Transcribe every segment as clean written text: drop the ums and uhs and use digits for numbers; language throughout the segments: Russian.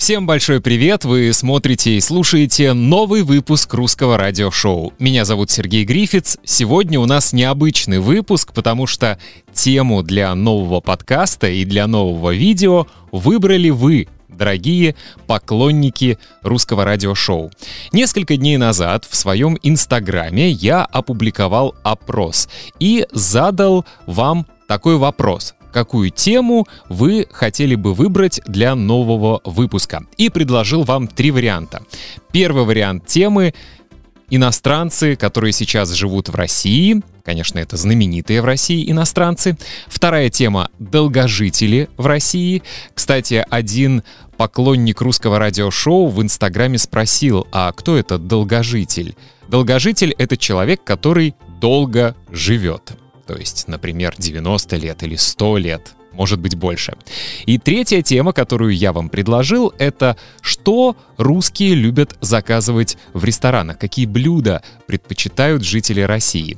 Всем большой привет! Вы смотрите и слушаете новый выпуск русского радиошоу. Меня зовут Сергей Грифиц. Сегодня у нас необычный выпуск, потому что тему для нового подкаста и для нового видео выбрали вы, дорогие поклонники русского радиошоу. Несколько дней назад в своем инстаграме я опубликовал опрос и задал вам такой вопрос. Какую тему вы хотели бы выбрать для нового выпуска? И предложил вам 3 варианта. Первый вариант темы — иностранцы, которые сейчас живут в России. Конечно, это знаменитые в России иностранцы. Вторая тема — долгожители в России. Кстати, один поклонник русского радиошоу в инстаграме спросил, а кто это долгожитель? Долгожитель — это человек, который долго живет. То есть, например, 90 лет или 100 лет, может быть больше. И третья тема, которую я вам предложил, это что русские любят заказывать в ресторанах, какие блюда предпочитают жители России.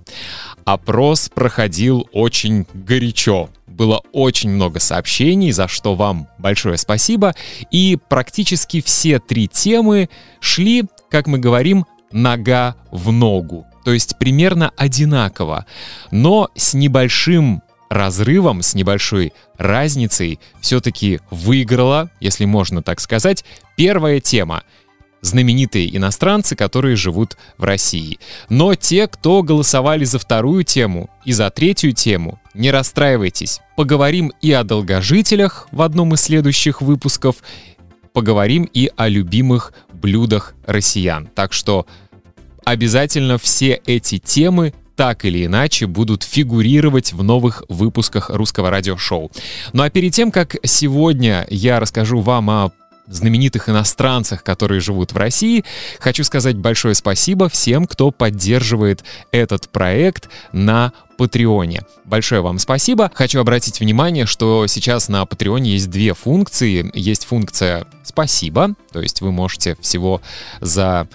Опрос проходил очень горячо. Было очень много сообщений, за что вам большое спасибо. И практически все 3 темы шли, как мы говорим, нога в ногу. То есть примерно одинаково, но с небольшим разрывом, с небольшой разницей все-таки выиграла, если можно так сказать, первая тема. Знаменитые иностранцы, которые живут в России. Но те, кто голосовали за вторую тему и за третью тему, не расстраивайтесь. Поговорим и о долгожителях в одном из следующих выпусков, поговорим и о любимых блюдах россиян. Так что обязательно все эти темы так или иначе будут фигурировать в новых выпусках русского радиошоу. Ну а перед тем, как сегодня я расскажу вам о знаменитых иностранцах, которые живут в России, хочу сказать большое спасибо всем, кто поддерживает этот проект на Патреоне. Большое вам спасибо. Хочу обратить внимание, что сейчас на Патреоне есть 2 функции. Есть функция «Спасибо», то есть вы можете всего за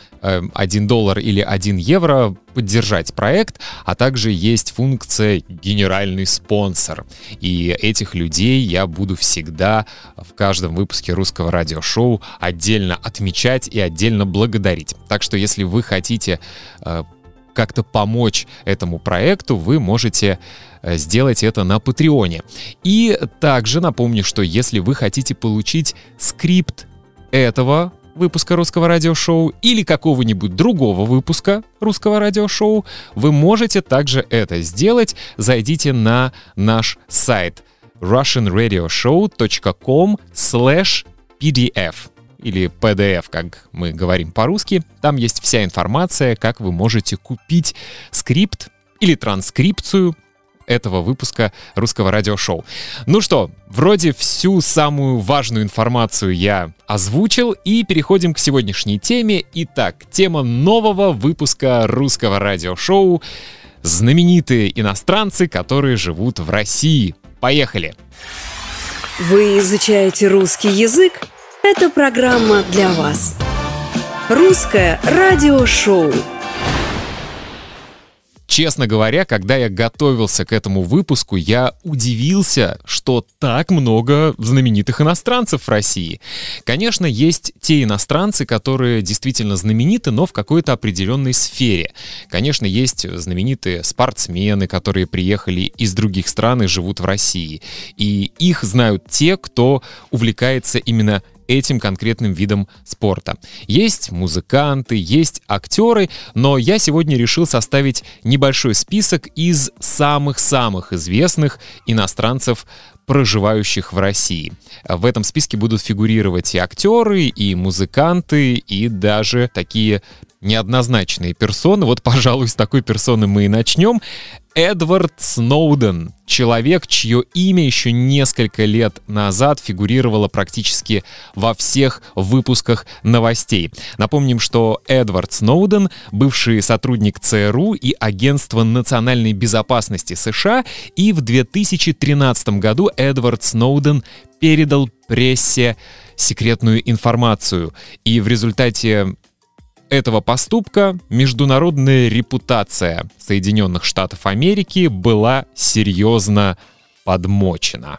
$1 или €1 поддержать проект, а также есть функция «Генеральный спонсор». И этих людей я буду всегда в каждом выпуске русского радиошоу отдельно отмечать и отдельно благодарить. Так что если вы хотите как-то помочь этому проекту, вы можете сделать это на Патреоне. И также напомню, что если вы хотите получить скрипт этого выпуска русского радиошоу или какого-нибудь другого выпуска русского радиошоу, вы можете также это сделать. Зайдите на наш сайт russianradioshow.com/pdf. или PDF, как мы говорим по-русски. Там есть вся информация, как вы можете купить скрипт или транскрипцию этого выпуска русского радиошоу. Ну что, вроде всю самую важную информацию я озвучил, и переходим к сегодняшней теме. Итак, тема нового выпуска русского радиошоу — знаменитые иностранцы, которые живут в России. Поехали! Вы изучаете русский язык? Это программа для вас. Русское радиошоу. Честно говоря, когда я готовился к этому выпуску, я удивился, что так много знаменитых иностранцев в России. Конечно, есть те иностранцы, которые действительно знамениты, но в какой-то определенной сфере. Конечно, есть знаменитые спортсмены, которые приехали из других стран и живут в России. И их знают те, кто увлекается именно этим конкретным видом спорта. Есть музыканты, есть актеры, но я сегодня решил составить небольшой список из самых-самых известных иностранцев, проживающих в России. В этом списке будут фигурировать и актеры, и музыканты, и даже такие неоднозначные персоны. Вот, пожалуй, с такой персоны мы и начнем. Эдвард Сноуден. Человек, чье имя еще несколько лет назад фигурировало практически во всех выпусках новостей. Напомним, что Эдвард Сноуден — бывший сотрудник ЦРУ и Агентства национальной безопасности США, и в 2013 году Эдвард Сноуден передал прессе секретную информацию. И в результате этого поступка международная репутация Соединенных Штатов Америки была серьезно подмочена.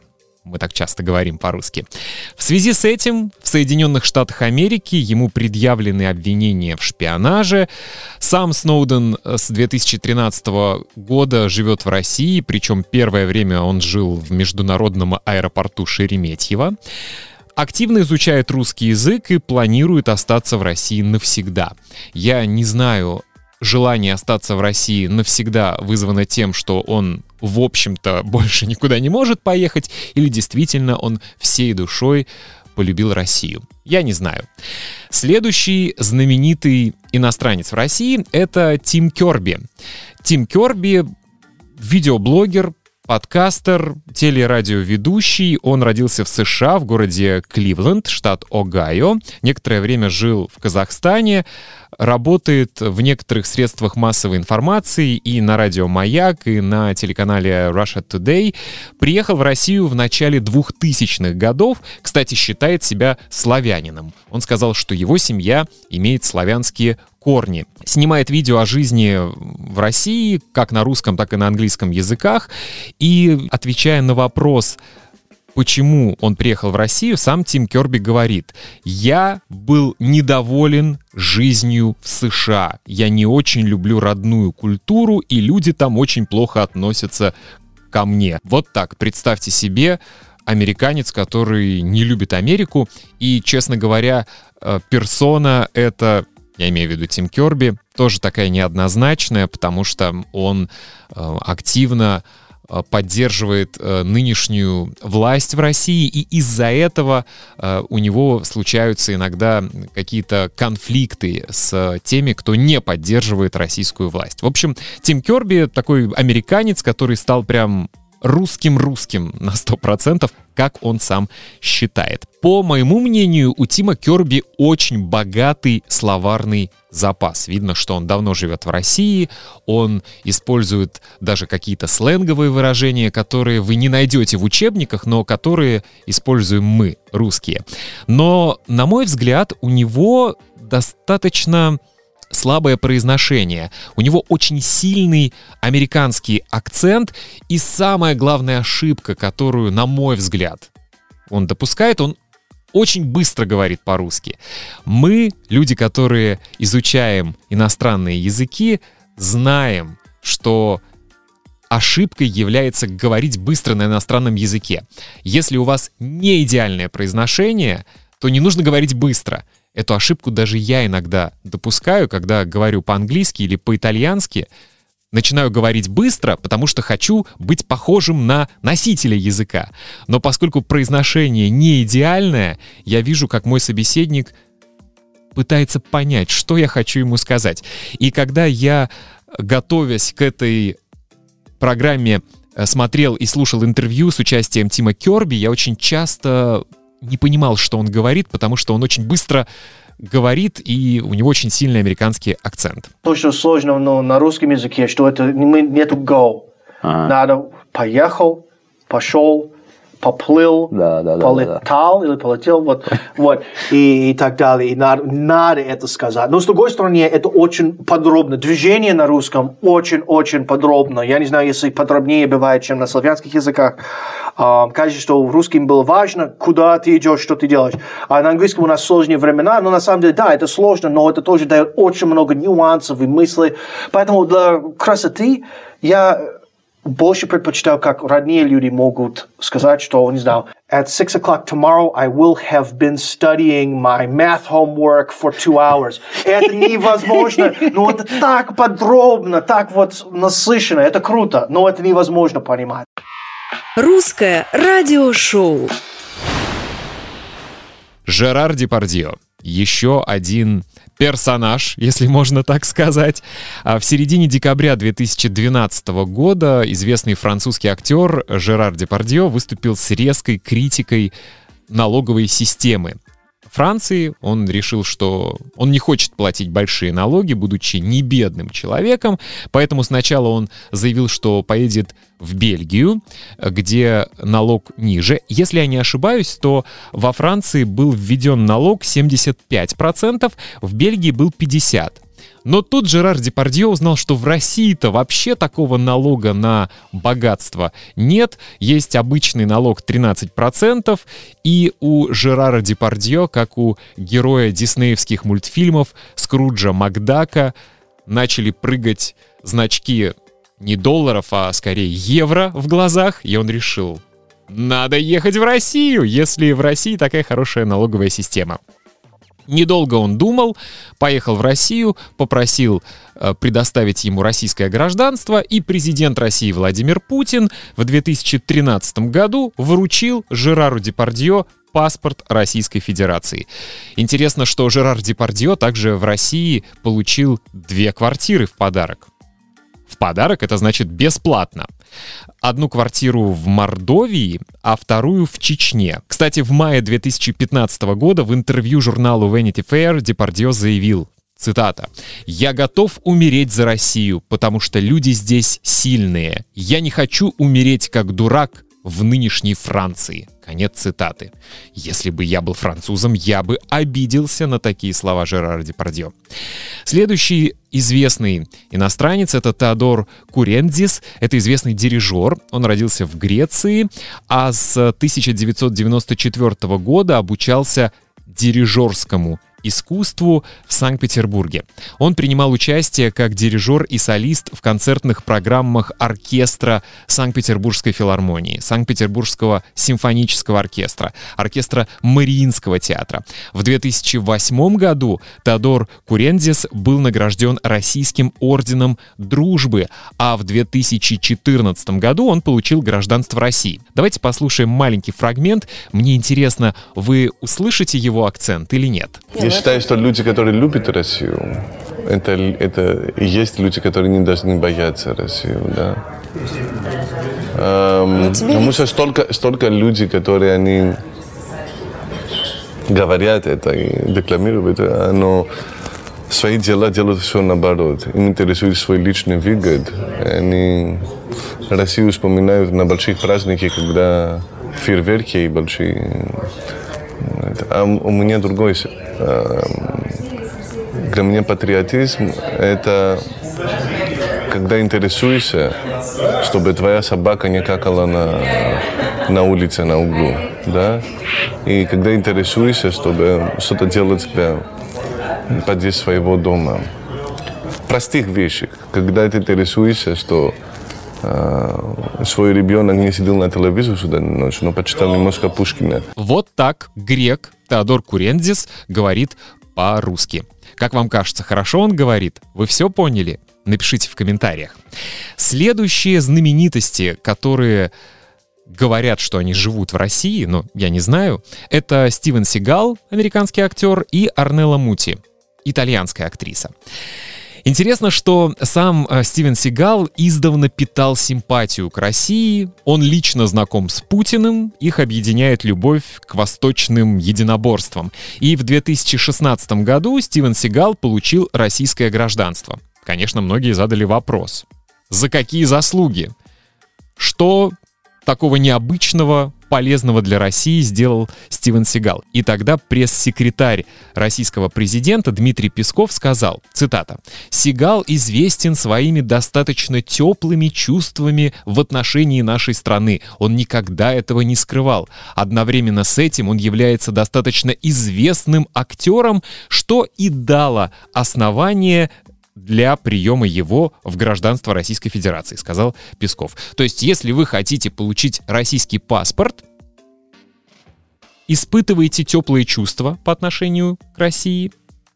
мы так часто говорим по-русски. В связи с этим в Соединенных Штатах Америки ему предъявлены обвинения в шпионаже. Сам Сноуден с 2013 года живет в России, причем первое время он жил в международном аэропорту Шереметьево. Активно изучает русский язык и планирует остаться в России навсегда. Я не знаю, желание остаться в России навсегда вызвано тем, что он, в общем-то, больше никуда не может поехать, или действительно он всей душой полюбил Россию. Я не знаю. Следующий знаменитый иностранец в России — это Тим Керби. Тим Керби — видеоблогер, подкастер, телерадиоведущий. Он родился в США, в городе Кливленд, штат Огайо. Некоторое время жил в Казахстане. Работает в некоторых средствах массовой информации и на радио «Маяк», и на телеканале Russia Today. Приехал в Россию в начале 2000-х годов. Кстати, считает себя славянином. Он сказал, что его семья имеет славянские корни. Снимает видео о жизни в России, как на русском, так и на английском языках. И, отвечая на вопрос, почему он приехал в Россию, сам Тим Керби говорит: «Я был недоволен жизнью в США. Я не очень люблю родную культуру, и люди там очень плохо относятся ко мне». Вот так, представьте себе, американец, который не любит Америку. И, честно говоря, персона эта, я имею в виду Тим Керби, тоже такая неоднозначная, потому что он активно поддерживает нынешнюю власть в России, и из-за этого у него случаются иногда какие-то конфликты с теми, кто не поддерживает российскую власть. В общем, Тим Керби такой американец, который стал прям русским на 100%, как он сам считает. По моему мнению, у Тима Керби очень богатый словарный запас. Видно, что он давно живет в России, он использует даже какие-то сленговые выражения, которые вы не найдете в учебниках, но которые используем мы, русские. Но, на мой взгляд, у него достаточно слабое произношение. У него очень сильный американский акцент, и самая главная ошибка, которую, на мой взгляд, он допускает, он очень быстро говорит по-русски. Мы, люди, которые изучаем иностранные языки, знаем, что ошибкой является говорить быстро на иностранном языке. Если у вас не идеальное произношение, то не нужно говорить быстро. Эту ошибку даже я иногда допускаю, когда говорю по-английски или по-итальянски. Начинаю говорить быстро, потому что хочу быть похожим на носителя языка. Но поскольку произношение не идеальное, я вижу, как мой собеседник пытается понять, что я хочу ему сказать. И когда я, готовясь к этой программе, смотрел и слушал интервью с участием Тима Керби, я очень часто не понимал, что он говорит, потому что он очень быстро говорит, и у него очень сильный американский акцент. То, что сложно, но на русском языке, что это нету go. Надо поехал, пошел, поплыл, полетал или полетел, вот, и так далее. И надо это сказать. Но с другой стороны, это очень подробно. Движение на русском очень-очень подробно. Я не знаю, если подробнее бывает, чем на славянских языках. Кажется, что в русском было важно, куда ты идешь, что ты делаешь. А на английском у нас сложные времена, но на самом деле, да, это сложно, но это тоже дает очень много нюансов и мыслей. Поэтому для красоты я больше предпочитаю, как родные люди могут сказать, что, не знаю, at 6 o'clock tomorrow I will have been studying my math homework for 2 hours. Это невозможно, но это так подробно, так вот насыщенно, это круто, но это невозможно понимать. Русское радиошоу. Жерар Депардье. Еще один персонаж, если можно так сказать. В середине декабря 2012 года известный французский актер Жерар Депардье выступил с резкой критикой налоговой системы Франции. Он решил, что он не хочет платить большие налоги, будучи не бедным человеком, поэтому сначала он заявил, что поедет в Бельгию, где налог ниже. Если я не ошибаюсь, то во Франции был введен налог 75%, в Бельгии был 50%. Но тут Жерар Депардье узнал, что в России-то вообще такого налога на богатство нет. Есть обычный налог 13%, и у Жерара Депардье, как у героя диснеевских мультфильмов Скруджа Макдака, начали прыгать значки не долларов, а скорее евро в глазах, и он решил: надо ехать в Россию, если в России такая хорошая налоговая система. Недолго он думал, поехал в Россию, попросил предоставить ему российское гражданство, и президент России Владимир Путин в 2013 году вручил Жерару Депардье паспорт Российской Федерации. Интересно, что Жерар Депардье также в России получил 2 квартиры в подарок. В подарок это значит бесплатно. Одну квартиру в Мордовии, а вторую в Чечне. Кстати, в мае 2015 года в интервью журналу Vanity Fair Депардье заявил, цитата: «Я готов умереть за Россию, потому что люди здесь сильные. Я не хочу умереть как дурак в нынешней Франции». Конец цитаты. Если бы я был французом, я бы обиделся на такие слова Жерара Депардье. Следующий известный иностранец — это Теодор Курентзис. Это известный дирижер. Он родился в Греции, а с 1994 года обучался дирижерскому искусству в Санкт-Петербурге. Он принимал участие как дирижер и солист в концертных программах оркестра Санкт-Петербургской филармонии, Санкт-Петербургского симфонического оркестра, оркестра Мариинского театра. В 2008 году Теодор Курентзис был награжден Российским орденом Дружбы, а в 2014 году он получил гражданство России. Давайте послушаем маленький фрагмент. Мне интересно, вы услышите его акцент или нет? Я считаю, что люди, которые любят Россию, это и есть люди, которые не должны бояться Россию, да. Потому что столько людей, которые они говорят это и декламируют, но свои дела делают все наоборот. Им интересует свой личный выгод. Они Россию вспоминают на больших праздниках, когда фейерверки и большие. А у меня другой. Для меня патриотизм — это когда интересуешься, чтобы твоя собака не какала на улице, на углу, да? И когда интересуешься, чтобы что-то делать для подъезд своего дома. В простых вещах. Когда ты интересуешься, что свой ребенок не сидел на телевизоре сюда ночью, но почитал немножко Пушкина. Вот так грек Теодор Курентзис говорит по-русски. Как вам кажется, хорошо он говорит? Вы все поняли? Напишите в комментариях. Следующие знаменитости, которые говорят, что они живут в России, но я не знаю, это Стивен Сигал, американский актер, и Орнелла Мути, итальянская актриса. Интересно, что сам Стивен Сигал издавна питал симпатию к России. Он лично знаком с Путиным, их объединяет любовь к восточным единоборствам. И в 2016 году Стивен Сигал получил российское гражданство. Конечно, многие задали вопрос: за какие заслуги? Что такого необычного, полезного для России сделал Стивен Сигал? И тогда пресс-секретарь российского президента Дмитрий Песков сказал, цитата: «Сигал известен своими достаточно теплыми чувствами в отношении нашей страны. Он никогда этого не скрывал. Одновременно с этим он является достаточно известным актером, что и дало основание для приема его в гражданство Российской Федерации», сказал Песков. То есть, если вы хотите получить российский паспорт, испытывайте теплые чувства по отношению к России,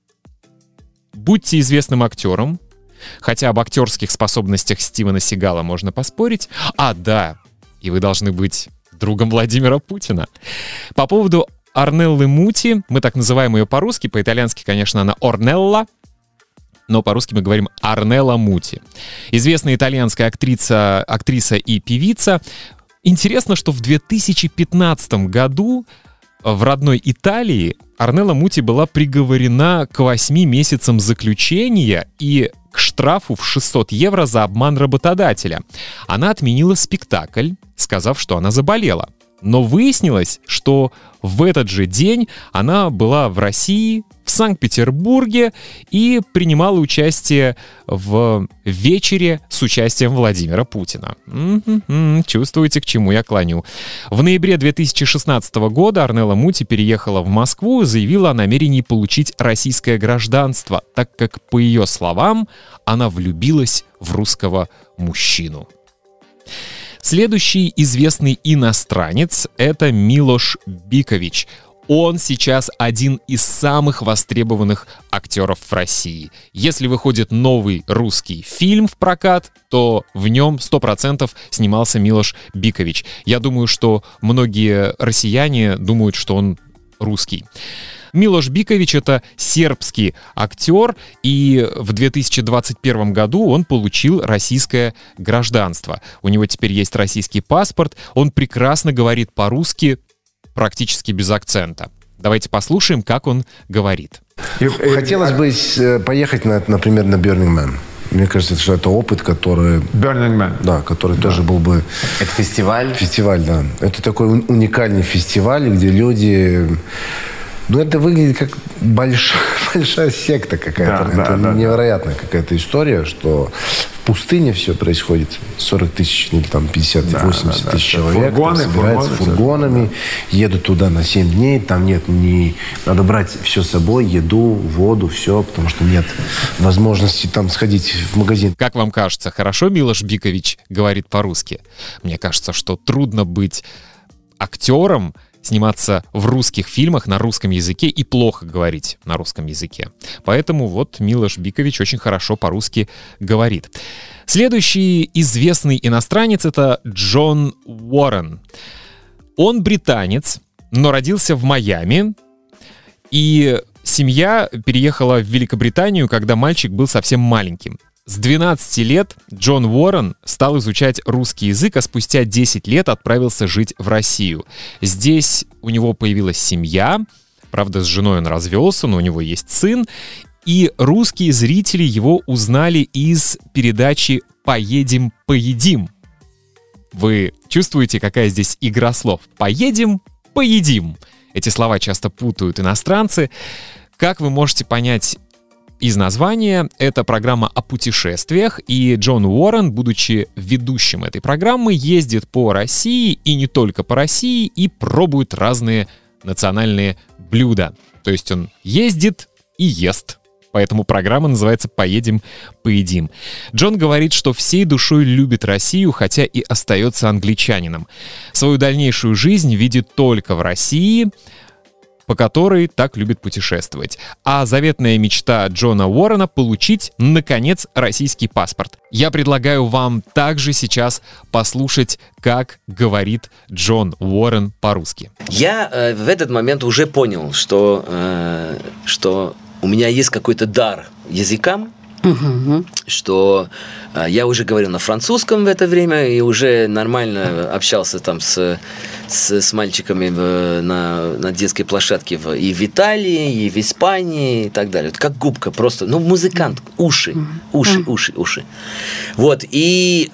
будьте известным актером, хотя об актерских способностях Стивена Сигала можно поспорить, да, и вы должны быть другом Владимира Путина. По поводу Орнеллы Мути, мы так называем ее по-русски, по-итальянски, конечно, она Орнелла, но по-русски мы говорим Орнелла Мути. Известная итальянская актриса и певица. Интересно, что в 2015 году в родной Италии Орнелла Мути была приговорена к 8 месяцам заключения и к штрафу в 600 евро за обман работодателя. Она отменила спектакль, сказав, что она заболела. Но выяснилось, что в этот же день она была в России, в Санкт-Петербурге и принимала участие в вечере с участием Владимира Путина. Чувствуете, к чему я клоню. В ноябре 2016 года Орнелла Мути переехала в Москву и заявила о намерении получить российское гражданство, так как, по ее словам, она влюбилась в русского мужчину. Следующий известный иностранец — это Милош Бикович. Он сейчас один из самых востребованных актеров в России. Если выходит новый русский фильм в прокат, то в нем 100% снимался Милош Бикович. Я думаю, что многие россияне думают, что он русский. Милош Бикович — это сербский актер, и в 2021 году он получил российское гражданство. У него теперь есть российский паспорт, он прекрасно говорит по-русски, практически без акцента. Давайте послушаем, как он говорит. Хотелось бы поехать, например, на Burning Man. Мне кажется, что это опыт, который... Burning Man. Да, который тоже был бы... Это фестиваль? Фестиваль, да. Это такой уникальный фестиваль, где люди... Ну, это выглядит как большая секта какая-то. Да, это да, невероятная какая-то история, что в пустыне все происходит. 40 тысяч, или там 50-80 тысяч человек. Собираются фургонами, едут туда на 7 дней. Там нет надо брать все с собой, еду, воду, все, потому что нет возможности там сходить в магазин. Как вам кажется, хорошо Милош Бикович говорит по-русски? Мне кажется, что трудно быть актером, сниматься в русских фильмах на русском языке и плохо говорить на русском языке. Поэтому вот Милош Бикович очень хорошо по-русски говорит. Следующий известный иностранец — это Джон Уоррен. Он британец, но родился в Майами, и семья переехала в Великобританию, когда мальчик был совсем маленьким. С 12 лет Джон Уоррен стал изучать русский язык, а спустя 10 лет отправился жить в Россию. Здесь у него появилась семья, правда, с женой он развелся, но у него есть сын, и русские зрители его узнали из передачи «Поедем, поедим». Вы чувствуете, какая здесь игра слов? «Поедем, поедим». Эти слова часто путают иностранцы. Как вы можете понять из названия, это программа о путешествиях, и Джон Уоррен, будучи ведущим этой программы, ездит по России, и не только по России, и пробует разные национальные блюда. То есть он ездит и ест. Поэтому программа называется «Поедем, поедим». Джон говорит, что всей душой любит Россию, хотя и остается англичанином. Свою дальнейшую жизнь видит только в России, по которой так любит путешествовать. А заветная мечта Джона Уоррена — получить, наконец, российский паспорт. Я предлагаю вам также сейчас послушать, как говорит Джон Уоррен по-русски. Я в этот момент уже понял, что у меня есть какой-то дар языкам, что я уже говорил на французском в это время и уже нормально общался там с мальчиками на детской площадке и в Италии, и в Испании и так далее. Как губка просто, музыкант, уши. Вот, и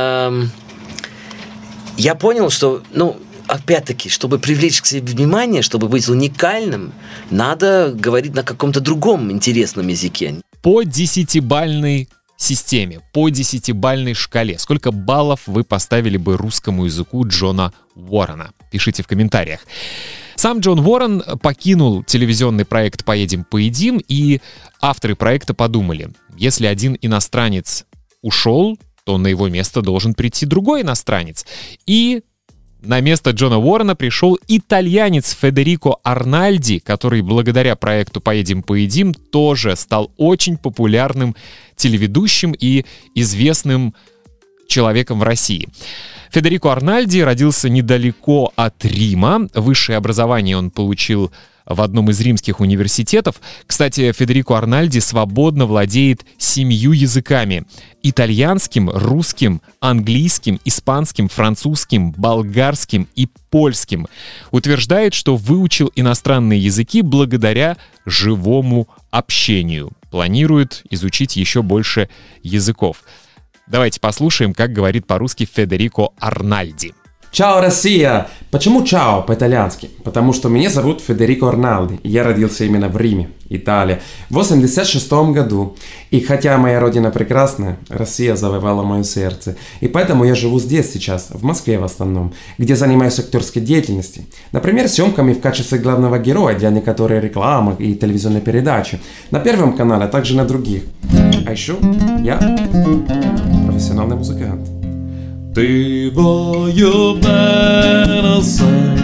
я понял, что, опять-таки, чтобы привлечь к себе внимание, чтобы быть уникальным, надо говорить на каком-то другом интересном языке. По 10-бальной системе, по 10-бальной шкале, сколько баллов вы поставили бы русскому языку Джона Уоррена? Пишите в комментариях. Сам Джон Уоррен покинул телевизионный проект «Поедем, поедим», и авторы проекта подумали, если один иностранец ушел, то на его место должен прийти другой иностранец. И на место Джона Уоррена пришел итальянец Федерико Арнальди, который благодаря проекту «Поедем, поедим» тоже стал очень популярным телеведущим и известным человеком в России. Федерико Арнальди родился недалеко от Рима. Высшее образование он получил в одном из римских университетов. Кстати, Федерико Арнальди свободно владеет 7 языками: итальянским, русским, английским, испанским, французским, болгарским и польским. Утверждает, что выучил иностранные языки благодаря живому общению. Планирует изучить еще больше языков. Давайте послушаем, как говорит по-русски Федерико Арнальди. Чао, Россия! Почему чао по-итальянски? Потому что меня зовут Федерико Арналди, и я родился именно в Риме, Италия, в 1986 году. И хотя моя родина прекрасная, Россия завоевала мое сердце. И поэтому я живу здесь сейчас, в Москве в основном, где занимаюсь актерской деятельностью. Например, съемками в качестве главного героя для некоторых рекламок и телевизионной передачи. На Первом канале, а также на других. А еще я профессиональный музыкант. Ti voglio bene assai,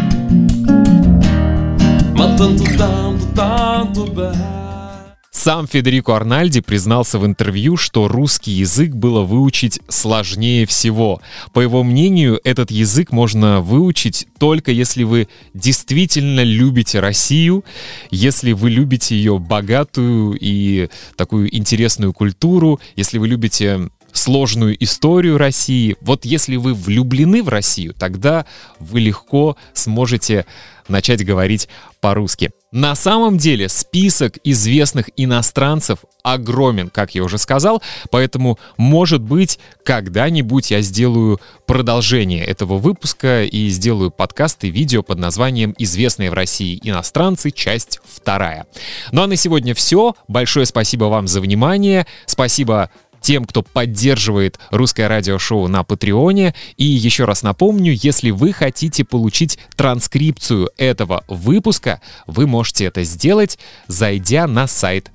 ma tanto bene. Сам Федерико Арнальди признался в интервью, что русский язык было выучить сложнее всего. По его мнению, этот язык можно выучить только если вы действительно любите Россию, если вы любите ее богатую и такую интересную культуру, если вы любите сложную историю России. Вот если вы влюблены в Россию, тогда вы легко сможете начать говорить по-русски. На самом деле список известных иностранцев огромен, как я уже сказал, поэтому, может быть, когда-нибудь я сделаю продолжение этого выпуска и сделаю подкаст и видео под названием «Известные в России иностранцы. Часть 2». Ну а на сегодня все. Большое спасибо вам за внимание. Спасибо тем, кто поддерживает русское радиошоу на Патреоне. И еще раз напомню, если вы хотите получить транскрипцию этого выпуска, вы можете это сделать, зайдя на сайт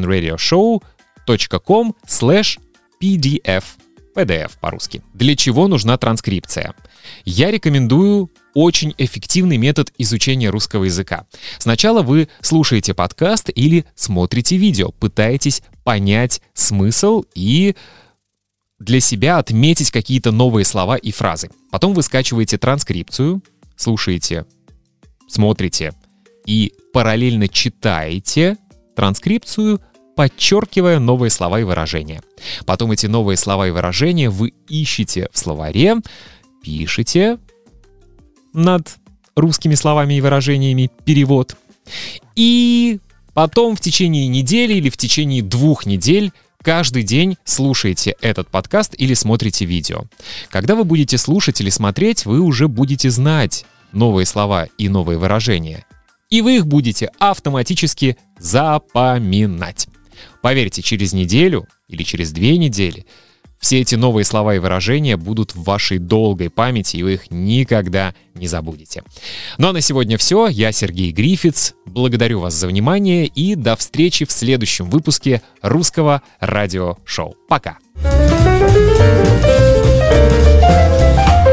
russianradioshow.com/pdf. PDF по-русски. Для чего нужна транскрипция? Я рекомендую очень эффективный метод изучения русского языка. Сначала вы слушаете подкаст или смотрите видео, пытаетесь понять смысл и для себя отметить какие-то новые слова и фразы. Потом вы скачиваете транскрипцию, слушаете, смотрите и параллельно читаете транскрипцию, подчеркивая новые слова и выражения. Потом эти новые слова и выражения вы ищете в словаре, пишете над русскими словами и выражениями перевод. И потом в течение недели или в течение 2 недель каждый день слушаете этот подкаст или смотрите видео. Когда вы будете слушать или смотреть, вы уже будете знать новые слова и новые выражения. И вы их будете автоматически запоминать. Поверьте, через неделю или через 2 недели все эти новые слова и выражения будут в вашей долгой памяти, и вы их никогда не забудете. Ну а на сегодня все. Я Сергей Грифиц. Благодарю вас за внимание и до встречи в следующем выпуске русского радиошоу. Пока!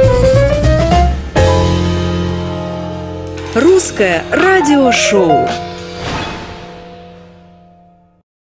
Русское радиошоу.